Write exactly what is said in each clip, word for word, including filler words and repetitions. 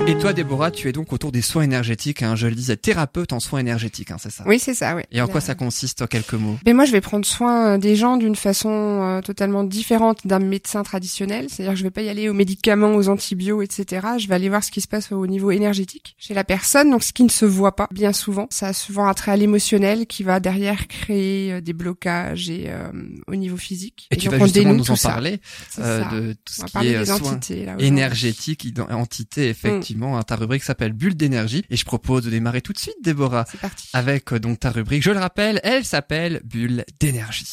Et toi, Déborah, tu es donc autour des soins énergétiques, hein, je le disais, thérapeute en soins énergétiques, hein, c'est ça? Oui, c'est ça, oui. Et en quoi ça consiste, en quelques mots? Mais moi, je vais prendre soin des gens d'une façon euh, totalement différente d'un médecin traditionnel. C'est-à-dire que je vais pas y aller aux médicaments, aux antibiotiques, et cetera. Je vais aller voir ce qui se passe au niveau énergétique chez la personne, donc ce qui ne se voit pas bien souvent. Ça a souvent un trait à l'émotionnel qui va derrière créer euh, des blocages et euh, au niveau physique. Et, et tu vas justement nous en parler euh, de tout ce qui est soins entités, là, énergétiques, entités, effectivement. Mmh. Hein, ta rubrique s'appelle Bulle d'énergie et je propose de démarrer tout de suite, Déborah. C'est parti. Avec euh, donc ta rubrique, je le rappelle, elle s'appelle Bulle d'énergie.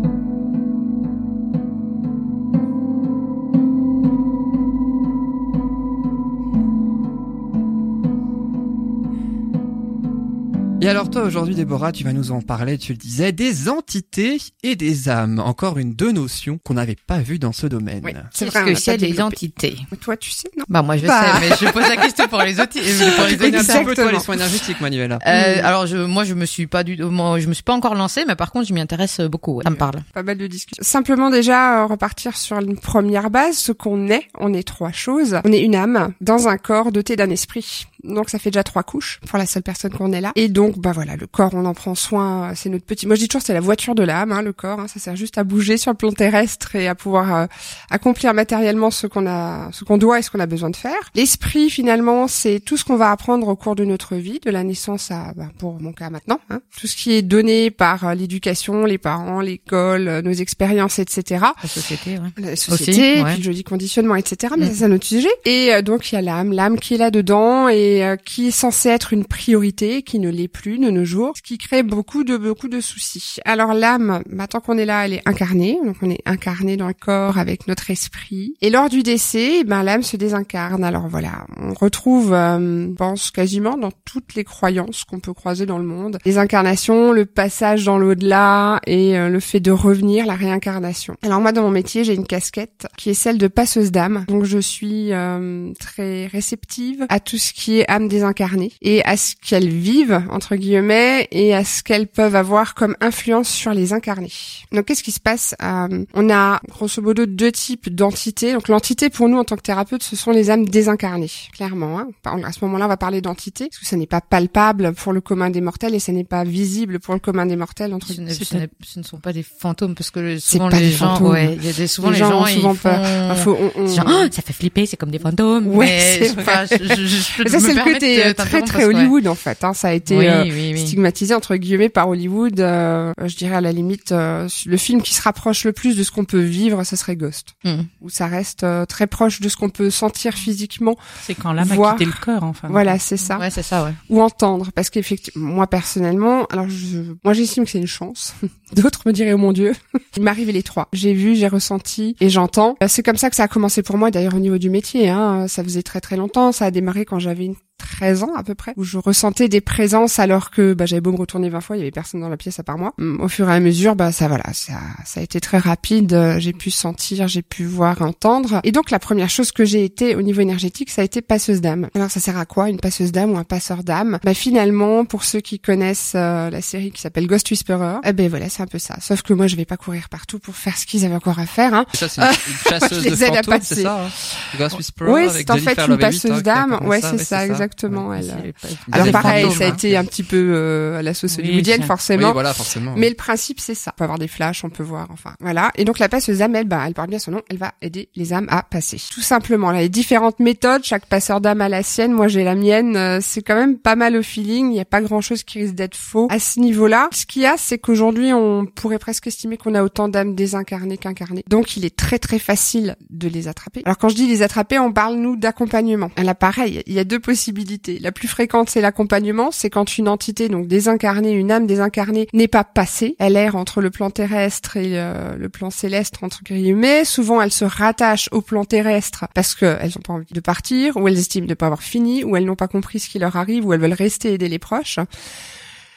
Et alors toi aujourd'hui Déborah, tu vas nous en parler, tu le disais, des entités et des âmes. Encore une deux notions qu'on n'avait pas vues dans ce domaine. Oui, c'est vrai, que c'est des entités. Toi tu sais, non? Bah moi je bah. sais, mais je pose la question pour les autres. Pour les autres. Un petit peu toi les soins énergétiques, Manuela. Euh, alors je, moi je me suis pas du, moi, je me suis pas encore lancée, mais par contre je m'y intéresse beaucoup. Ouais. Ça me parle. Pas mal de discussions. Simplement déjà euh, repartir sur une première base, ce qu'on est. On est trois choses. On est une âme dans un corps doté d'un esprit. Donc ça fait déjà trois couches pour la seule personne qu'on est là. Et donc bah voilà, le corps on en prend soin, c'est notre petit. Moi je dis toujours c'est la voiture de l'âme, hein, le corps. Hein, ça sert juste à bouger sur le plan terrestre et à pouvoir euh, accomplir matériellement ce qu'on a, ce qu'on doit et ce qu'on a besoin de faire. L'esprit finalement c'est tout ce qu'on va apprendre au cours de notre vie, de la naissance à bah, pour mon cas maintenant. Hein, tout ce qui est donné par euh, l'éducation, les parents, l'école, euh, nos expériences, et cetera. La société, ouais. La société, Aussi, ouais. Puis le joli conditionnement, et cetera. Mais mmh. ça c'est un autre sujet. Et euh, donc il y a l'âme, l'âme qui est là dedans et et euh, qui est censé être une priorité, qui ne l'est plus de nos jours, ce qui crée beaucoup de beaucoup de soucis. Alors l'âme, bah, tant qu'on est là, elle est incarnée, donc on est incarné dans le corps avec notre esprit. Et lors du décès, ben l'âme se désincarne. Alors voilà, on retrouve, euh, je pense quasiment dans toutes les croyances qu'on peut croiser dans le monde, les incarnations, le passage dans l'au-delà et euh, le fait de revenir, la réincarnation. Alors moi, dans mon métier, j'ai une casquette qui est celle de passeuse d'âme, donc je suis euh, très réceptive à tout ce qui est âme désincarnée et à ce qu'elles vivent, entre guillemets, et à ce qu'elles peuvent avoir comme influence sur les incarnés. Donc qu'est-ce qui se passe? euh, On a grosso modo deux types d'entités. Donc l'entité pour nous en tant que thérapeute, ce sont les âmes désincarnées, clairement. Hein. À ce moment-là, on va parler d'entité, parce que ça n'est pas palpable pour le commun des mortels et ça n'est pas visible pour le commun des mortels. Entre ce, ne, ce, ne, ce ne sont pas des fantômes, parce que souvent pas les des gens, fantômes. ouais, il y a des, souvent les, les gens, gens ont souvent ils peur. Font... Enfin, faut, on, on... Genre, oh, ça fait flipper, c'est comme des fantômes. Ouais, mais c'est enfin, je, je, je, je ça c'est me le côté très très Hollywood ouais. en fait. Hein. Ça a été oui, euh, oui, oui. stigmatisé entre guillemets par Hollywood. Euh, je dirais à la limite, euh, le film qui se rapproche le plus de ce qu'on peut vivre, ça serait Ghost, mm. où ça reste euh, très proche de ce qu'on peut sentir physiquement. C'est quand l'âme voir... a quitté le corps, enfin. Voilà, c'est ça. Ouais, c'est ça, ouais. Ou entendre, parce qu'effectivement, moi personnellement, alors je, moi j'estime que c'est une chance. D'autres me diraient oh mon Dieu. Il m'est arrivé les trois. J'ai vu, j'ai ressenti et j'entends. C'est comme ça que ça a commencé pour moi. D'ailleurs au niveau du métier, hein, ça faisait très très longtemps. Ça a démarré quand j'avais une treize ans à peu près, où je ressentais des présences alors que bah, j'avais beau me retourner vingt fois, il y avait personne dans la pièce à part moi. Au fur et à mesure, bah ça voilà, ça, ça a été très rapide. J'ai pu sentir, j'ai pu voir, entendre. Et donc la première chose que j'ai été au niveau énergétique, ça a été passeuse d'âme. Alors ça sert à quoi une passeuse d'âme ou un passeur d'âme? Bah finalement, pour ceux qui connaissent euh, la série qui s'appelle Ghost Whisperer, eh ben voilà, c'est un peu ça. Sauf que moi, je vais pas courir partout pour faire ce qu'ils avaient encore à faire. Hein. Et ça, c'est une, une chasseuse de fantômes, c'est ça hein Ghost Whisperer. Oui, avec c'est en fait Jennifer une Love Hewitt, passeuse hein, d'âme. Ouais, ça, c'est ouais, ça, ça, exactement. Ouais. Elle. Pas... Alors pareil, fantômes, ça a hein. été un petit peu euh, à la sauce oui, hollywoodienne, forcément. Oui, voilà, forcément. Mais le principe, c'est ça. On peut avoir des flashs, on peut voir, enfin, voilà. Et donc la passeuse d'âme, elle, bah, elle parle bien son nom, elle va aider les âmes à passer. Tout simplement. Là, il y a différentes méthodes. Chaque passeur d'âme a la sienne. Moi, j'ai la mienne. Euh, c'est quand même pas mal au feeling. Il n'y a pas grand-chose qui risque d'être faux à ce niveau-là. Ce qu'il y a, c'est qu'aujourd'hui, on pourrait presque estimer qu'on a autant d'âmes désincarnées qu'incarnées. Donc, il est très très facile de les attraper. Alors, quand je dis les attraper, on parle nous d'accompagnement. Là, pareil, il y a deux possibilités. La plus fréquente, c'est l'accompagnement. C'est quand une entité, donc désincarnée, une âme désincarnée, n'est pas passée. Elle erre entre le plan terrestre et euh, le plan céleste, entre guillemets. Souvent, elle se rattache au plan terrestre parce qu'elles n'ont pas envie de partir, ou elles estiment de ne pas avoir fini, ou elles n'ont pas compris ce qui leur arrive, ou elles veulent rester aider les proches.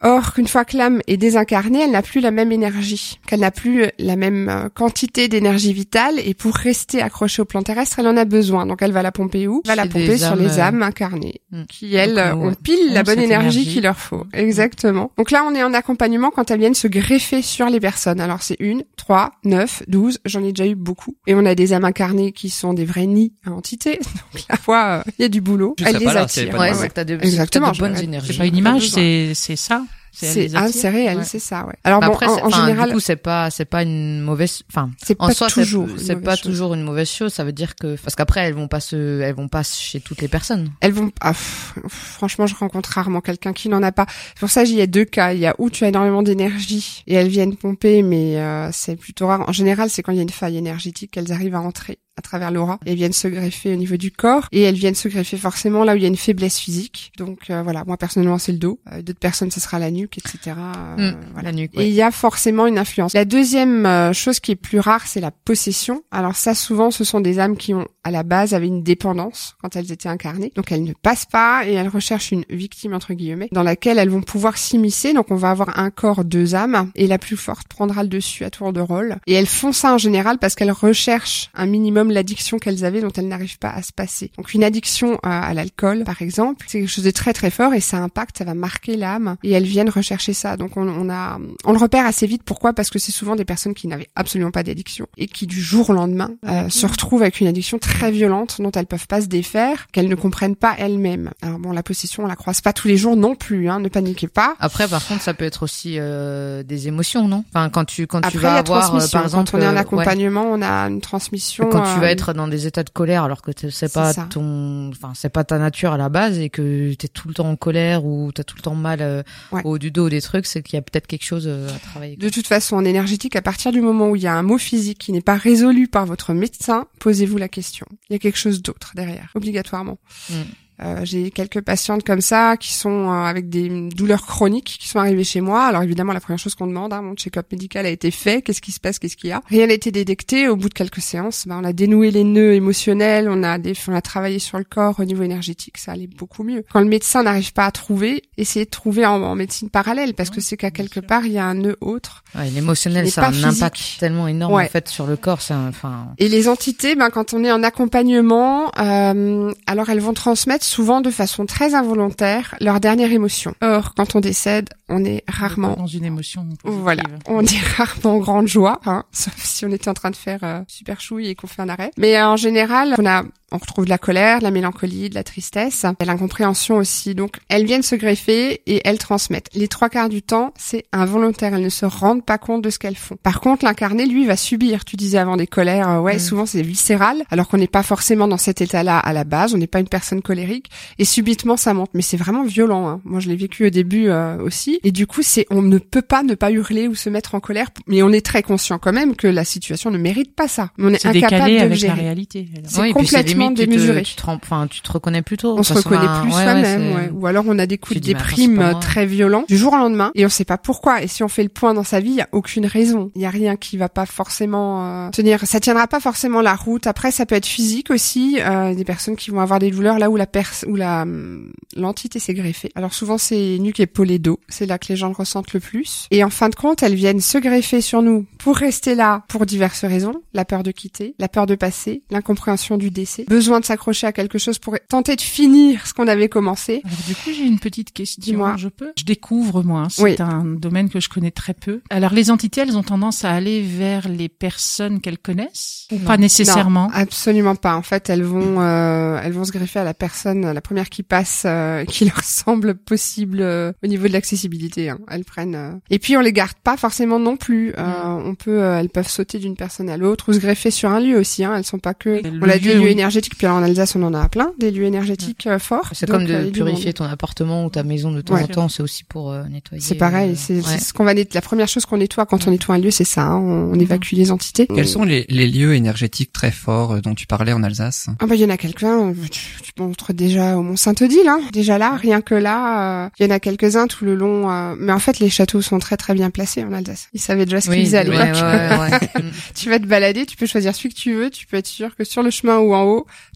Or, qu'une fois que l'âme est désincarnée, elle n'a plus la même énergie, qu'elle n'a plus la même euh, quantité d'énergie vitale, et pour rester accrochée au plan terrestre, elle en a besoin. Donc elle va la pomper où ? Elle va la pomper sur les âmes incarnées, euh... qui elles Donc, ont pile on la bonne énergie, énergie qu'il leur faut. Exactement. Donc là, on est en accompagnement quand elles viennent se greffer sur les personnes. Alors c'est une, trois, neuf, douze, j'en ai déjà eu beaucoup. Et on a des âmes incarnées qui sont des vrais nids à entités. Donc la fois, il euh, y a du boulot. Je elle les là, attire. Ouais, c'est que t'as de, Exactement, t'as de bonnes énergies. C'est pas une image, c'est, c'est ça. C'est, ah, c'est réel, ouais. C'est ça, ouais. Alors bah bon, après, en, en général, du coup, c'est pas, c'est pas une mauvaise, enfin, c'est en pas soi, toujours, c'est, c'est pas chose. toujours une mauvaise chose. Ça veut dire que, parce qu'après, elles vont pas se, elles vont pas chez toutes les personnes. Elles vont, ah, pff, franchement, je rencontre rarement quelqu'un qui n'en a pas. C'est pour ça, il y a deux cas. Il y a où tu as énormément d'énergie et elles viennent pomper, mais euh, c'est plutôt rare. En général, c'est quand il y a une faille énergétique qu'elles arrivent à entrer à travers l'aura et viennent se greffer au niveau du corps, et elles viennent se greffer forcément là où il y a une faiblesse physique. Donc euh, voilà, moi personnellement c'est le dos, euh, d'autres personnes ce sera la nuque, et cetera. Euh, mmh, voilà. La nuque. Ouais. Et il y a forcément une influence. La deuxième euh, chose qui est plus rare, c'est la possession. Alors ça, souvent, ce sont des âmes qui ont à la base avaient une dépendance quand elles étaient incarnées. Donc elles ne passent pas et elles recherchent une victime entre guillemets dans laquelle elles vont pouvoir s'immiscer. Donc on va avoir un corps, deux âmes, et la plus forte prendra le dessus à tour de rôle. Et elles font ça en général parce qu'elles recherchent un minimum l'addiction qu'elles avaient dont elles n'arrivent pas à se passer. Donc une addiction à, à l'alcool par exemple, c'est quelque chose de très très fort et ça impacte, ça va marquer l'âme et elles viennent rechercher ça. Donc on, on a, on le repère assez vite. Pourquoi ? Parce que c'est souvent des personnes qui n'avaient absolument pas d'addiction et qui du jour au lendemain euh, se retrouvent avec une addiction très violente dont elles peuvent pas se défaire, qu'elles ne comprennent pas elles-mêmes. Alors bon, la possession, on la croise pas tous les jours non plus, hein, ne paniquez pas. Après, par contre, ça peut être aussi euh, des émotions, non ? Enfin, quand tu quand Après, tu vas avoir, euh, par exemple, quand on est en euh, accompagnement, ouais. on a une transmission. Quand euh, tu vas être dans des états de colère alors que c'est pas ça. ton, enfin c'est pas ta nature à la base et que t'es tout le temps en colère ou t'as tout le temps mal euh, ouais. au haut du dos ou des trucs, c'est qu'il y a peut-être quelque chose euh, à travailler. De toute façon, en énergétique, à partir du moment où il y a un mot physique qui n'est pas résolu par votre médecin, posez-vous la question. Il y a quelque chose d'autre derrière, obligatoirement. Mm. Euh, j'ai quelques patientes comme ça qui sont euh, avec des douleurs chroniques qui sont arrivées chez moi. Alors évidemment, la première chose qu'on demande, hein, mon check-up médical a été fait. Qu'est-ce qui se passe ? Qu'est-ce qu'il y a ? Rien n'a été détecté. Au bout de quelques séances, ben, on a dénoué les nœuds émotionnels, on a, des, on a travaillé sur le corps au niveau énergétique. Ça allait beaucoup mieux. Quand le médecin n'arrive pas à trouver, essayez de trouver en, en médecine parallèle parce que c'est qu'à quelque part, il y a un nœud autre. Ouais, l'émotionnel, ça a un physique. Impact tellement énorme ouais. en fait sur le corps. C'est enfin. Et les entités, ben, quand on est en accompagnement, euh, alors elles vont transmettre souvent de façon très involontaire leur dernière émotion. Or, quand on décède, on est rarement dans une émotion positive. Voilà, on est rarement en grande joie, hein, sauf si on était en train de faire euh, super chouille et qu'on fait un arrêt. Mais euh, en général, on a on retrouve de la colère, de la mélancolie, de la tristesse, de l'incompréhension aussi. Donc, elles viennent se greffer et elles transmettent. Les trois quarts du temps, c'est involontaire. Elles ne se rendent pas compte de ce qu'elles font. Par contre, l'incarné, lui, va subir. Tu disais avant des colères, euh, ouais, mmh. souvent c'est viscéral, alors qu'on n'est pas forcément dans cet état-là à la base. On n'est pas une personne colérique. Et subitement, ça monte. Mais c'est vraiment violent. Hein. Moi, je l'ai vécu au début euh, aussi. Et du coup, c'est on ne peut pas ne pas hurler ou se mettre en colère. Mais on est très conscient quand même que la situation ne mérite pas ça. Mais on est c'est incapable décalé de avec le gérer. La réalité. C'est oui, complètement tu démesuré. Te, tu te enfin, tu te reconnais plutôt. On se reconnaît plus ouais, soi-même, ouais, ouais. Ou alors on a des coups tu de dis, déprime attends, très violents du jour au lendemain et on sait pas pourquoi. Et si on fait le point dans sa vie, il y a aucune raison. Il y a rien qui va pas forcément euh, tenir. Ça tiendra pas forcément la route. Après, ça peut être physique aussi. Euh, des personnes qui vont avoir des douleurs là où la pers où la l'entité s'est greffée. Alors souvent c'est nuque, épaule et dos. C'est là que les gens le ressentent le plus. Et en fin de compte, elles viennent se greffer sur nous pour rester là pour diverses raisons. La peur de quitter, la peur de passer, l'incompréhension du décès, besoin de s'accrocher à quelque chose pour tenter de finir ce qu'on avait commencé. Alors du coup, j'ai une petite question. Dis-moi. Je peux Je découvre, moi. C'est oui. un domaine que je connais très peu. Alors, les entités, elles ont tendance à aller vers les personnes qu'elles connaissent ou non. pas nécessairement? Non, absolument pas. En fait, elles vont, euh, elles vont se greffer à la personne, la première qui passe, euh, qui leur semble possible euh, au niveau de l'accessibilité. Hein. Elles prennent. Euh... Et puis, on les garde pas forcément non plus. Euh, mmh. On peut, euh, elles peuvent sauter d'une personne à l'autre ou se greffer sur un lieu aussi. Hein. Elles sont pas que. Le on l'a dit, lieu, lieux oui. énergétiques. Puis alors, en Alsace, on en a plein, des lieux énergétiques euh, forts. C'est Donc, comme de euh, purifier ton appartement ou ta maison de temps ouais. en temps. C'est aussi pour euh, nettoyer. C'est pareil. Euh... C'est, ouais. c'est ce qu'on va nettoyer. La première chose qu'on nettoie quand mmh. on nettoie un lieu, c'est ça. Hein. On, on évacue mmh. les entités. Quels sont les, les lieux énergétiques très forts dont tu parlais en Alsace? Ah bah il y en a quelques-uns. Tu, tu montres déjà au Mont-Saint-Odile, hein. Déjà là, rien que là, il euh, y en a quelques-uns tout le long. Euh, mais en fait, les châteaux sont très très bien placés en Alsace. Ils savaient déjà ce oui, qu'ils faisaient à l'époque. Ouais, ouais, ouais. Tu vas te balader, tu peux choisir celui que tu veux. Tu peux être sûr que sur le chemin ou en haut,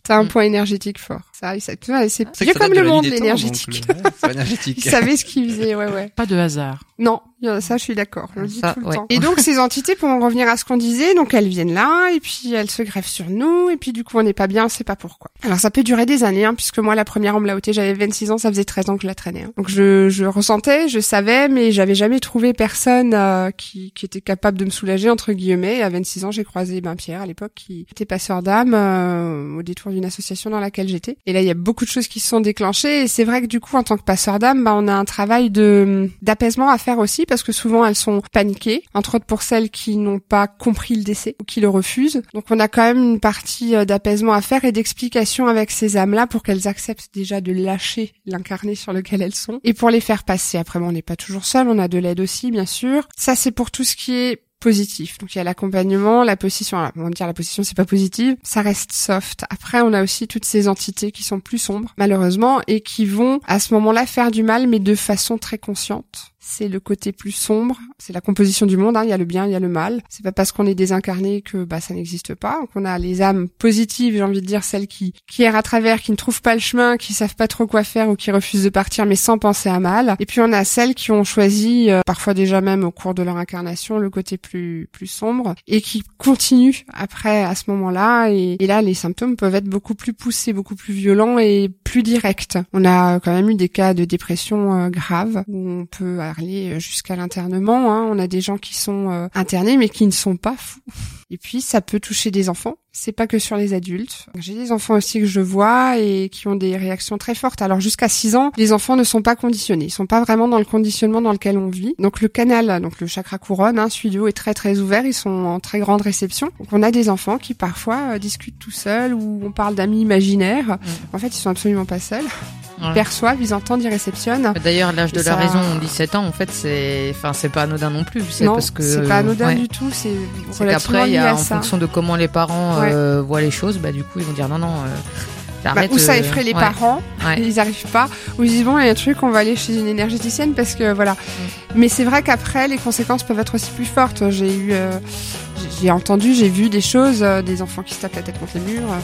T'as un Mm. point énergétique fort. Ça, ça tu vois, c'est C'est vieux que ça comme date le de la monde, nuit des temps, l'énergétique. donc le- ouais, c'est énergétique. Il savait ce qu'il faisait, ouais, ouais. Pas de hasard. Non, ça, je suis d'accord. Je le dis Ça, tout le ouais. temps. Et donc, ces entités, pour en revenir à ce qu'on disait, donc elles viennent là, et puis elles se greffent sur nous, et puis du coup, on n'est pas bien, on sait pas pourquoi. Alors, ça peut durer des années, hein, puisque moi, la première, on me l'a ôté, j'avais vingt-six ans, ça faisait treize ans que je la traînais. Hein. Donc, je, je ressentais, je savais, mais j'avais jamais trouvé personne euh, qui, qui était capable de me soulager, entre guillemets. Et à vingt-six ans, j'ai croisé ben, Pierre, à l'époque, qui était passeur d'âme euh, au détour d'une association dans laquelle j'étais. Et là, il y a beaucoup de choses qui se sont déclenchées, et c'est vrai que du coup, en tant que passeur d'âme, ben, on a un travail de d'apaisement à faire aussi, parce que souvent, elles sont paniquées, entre autres pour celles qui n'ont pas compris le décès ou qui le refusent. Donc, on a quand même une partie euh, d'apaisement à faire et d'explication avec ces âmes-là pour qu'elles acceptent déjà de lâcher l'incarné sur lequel elles sont et pour les faire passer. Après, bon, on n'est pas toujours seul, on a de l'aide aussi, bien sûr. Ça, c'est pour tout ce qui est positif. Donc il y a l'accompagnement, la position, alors, on va dire la position c'est pas positive, ça reste soft. Après on a aussi toutes ces entités qui sont plus sombres malheureusement et qui vont à ce moment-là faire du mal mais de façon très consciente. C'est le côté plus sombre, c'est la composition du monde, hein. Il y a le bien, il y a le mal. C'est pas parce qu'on est désincarné que bah ça n'existe pas. Donc on a les âmes positives, j'ai envie de dire celles qui qui errent à travers, qui ne trouvent pas le chemin, qui savent pas trop quoi faire ou qui refusent de partir mais sans penser à mal. Et puis on a celles qui ont choisi euh, parfois déjà même au cours de leur incarnation le côté plus plus sombre et qui continuent après à ce moment-là et, et là les symptômes peuvent être beaucoup plus poussés, beaucoup plus violents et plus directs. On a quand même eu des cas de dépression euh, grave où on peut aller jusqu'à l'internement, hein. On a des gens qui sont euh, internés mais qui ne sont pas fous. Et puis ça peut toucher des enfants. C'est pas que sur les adultes. J'ai des enfants aussi que je vois et qui ont des réactions très fortes. Alors jusqu'à six ans, les enfants ne sont pas conditionnés. Ils sont pas vraiment dans le conditionnement dans lequel on vit. Donc le canal, donc le chakra couronne, hein, studio est très très ouvert. Ils sont en très grande réception. Donc on a des enfants qui parfois euh, discutent tout seuls ou on parle d'amis imaginaires. Mmh. En fait, ils sont absolument pas seuls. Ils ouais. perçoivent, ils entendent, ils réceptionnent. D'ailleurs, l'âge de et la ça... raison, dix-sept ans, en fait, c'est, enfin, c'est pas anodin non plus. C'est non, parce que c'est pas anodin ouais. du tout. C'est, c'est qu'après, il y a en ça. fonction de comment les parents ouais. euh, voient les choses, bah du coup, ils vont dire non, non. Euh, bah, ou ça effraie les ouais. parents, ouais. ils arrivent pas. Ou ils disent bon, il y a un truc, on va aller chez une énergéticienne parce que voilà. Mm. Mais c'est vrai qu'après, les conséquences peuvent être aussi plus fortes. J'ai eu, euh, j'ai entendu, j'ai vu des choses, euh, des enfants qui se tapent la tête contre les murs. Euh,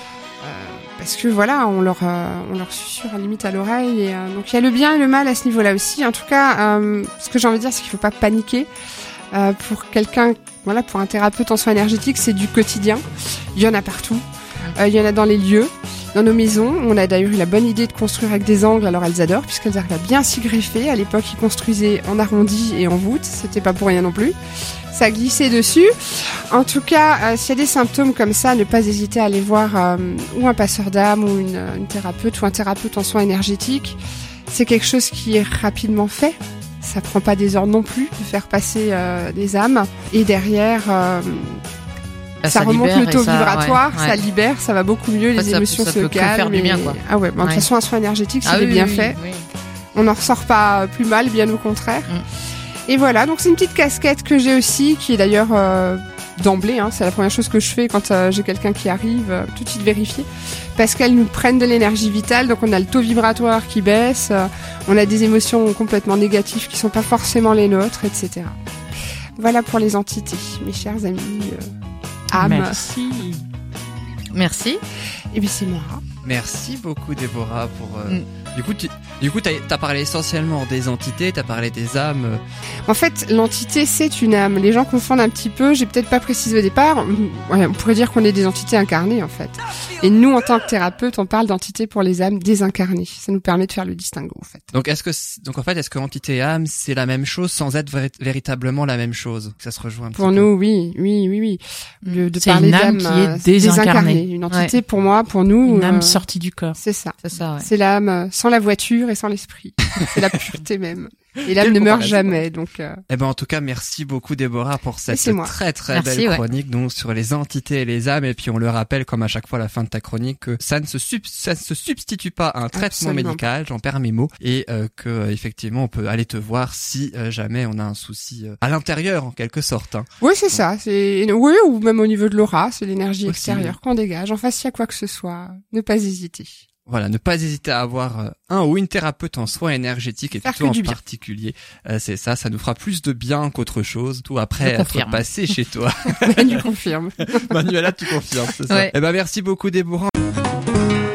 Parce que voilà, on leur, euh, on leur susurre à limite à l'oreille. Et, euh, donc il y a le bien et le mal à ce niveau-là aussi. En tout cas, euh, ce que j'ai envie de dire, c'est qu'il faut pas paniquer. Euh, pour quelqu'un, voilà, pour un thérapeute en soins énergétiques, c'est du quotidien. Il y en a partout. Euh, il y en a dans les lieux, dans nos maisons. On a d'ailleurs eu la bonne idée de construire avec des angles. Alors elles adorent puisqu'elles arrivent à bien s'y greffer. À l'époque, ils construisaient en arrondi et en voûte. C'était pas pour rien non plus. Ça glissait dessus. En tout cas, euh, s'il y a des symptômes comme ça, ne pas hésiter à aller voir euh, ou un passeur d'âme ou une, une thérapeute ou un thérapeute en soins énergétiques. C'est quelque chose qui est rapidement fait. Ça prend pas des heures non plus de faire passer euh, des âmes. Et derrière, euh, bah, ça, ça remonte le taux ça, vibratoire, ouais, ouais. ça libère, ça va beaucoup mieux, les ça, émotions ça se peut calment. Faire du bien, quoi. Ah ouais, bah, de toute façon, un soin énergétique, c'est ah, oui, bien oui, fait. Oui, oui. On n'en ressort pas plus mal, bien au contraire. Mm. Et voilà, donc c'est une petite casquette que j'ai aussi, qui est d'ailleurs euh, d'emblée, hein, c'est la première chose que je fais quand euh, j'ai quelqu'un qui arrive, euh, tout de suite vérifier, parce qu'elles nous prennent de l'énergie vitale, donc on a le taux vibratoire qui baisse, euh, on a des émotions complètement négatives qui sont pas forcément les nôtres, et cetera. Voilà pour les entités, mes chers amis euh, âmes. Merci. Merci. Et bien c'est moi. Merci beaucoup Déborah pour... Euh... Mm. Du coup, tu, du coup, t'as, t'as parlé essentiellement des entités, t'as parlé des âmes. En fait, l'entité, c'est une âme. Les gens confondent un petit peu. J'ai peut-être pas précisé au départ. Ouais, on pourrait dire qu'on est des entités incarnées, en fait. Et nous, en tant que thérapeute, on parle d'entités pour les âmes désincarnées. Ça nous permet de faire le distinguo, en fait. Donc, est-ce que, donc en fait, est-ce que entité et âme, c'est la même chose sans être véri- véritablement la même chose? Ça se rejoint un petit pour peu. Pour nous, oui, oui, oui, oui. Le, de c'est parler une âme d'âme qui est désincarnée. désincarnée. Une entité, ouais. Pour moi, pour nous, une âme euh, sortie du corps. C'est ça. C'est ça. Ouais. C'est l'âme sans la voiture et sans l'esprit. C'est la pureté même. Et l'âme ne meurt jamais, donc. Euh... Eh ben en tout cas, merci beaucoup Déborah pour cette très très merci, belle ouais. chronique donc sur les entités et les âmes. Et puis on le rappelle, comme à chaque fois à la fin de ta chronique, que ça ne se sub- ça ne se substitue pas à un traitement Absolument. médical. J'en perds mes mots et euh, que euh, effectivement on peut aller te voir si euh, jamais on a un souci euh, à l'intérieur en quelque sorte. Hein. Oui, c'est donc. ça. C'est oui ou même au niveau de l'aura, c'est l'énergie Aussi. extérieure qu'on dégage. Enfin, s'il y a quoi que ce soit, ne pas hésiter. Voilà, ne pas hésiter à avoir un ou une thérapeute en soins énergétiques et Faire plutôt que du en bien. particulier. Euh, c'est ça, ça nous fera plus de bien qu'autre chose. Tout après Je être confirme. passé chez toi. Manu confirme. Manuela, tu confirmes, c'est ça. Ouais. Eh ben merci beaucoup Déborah.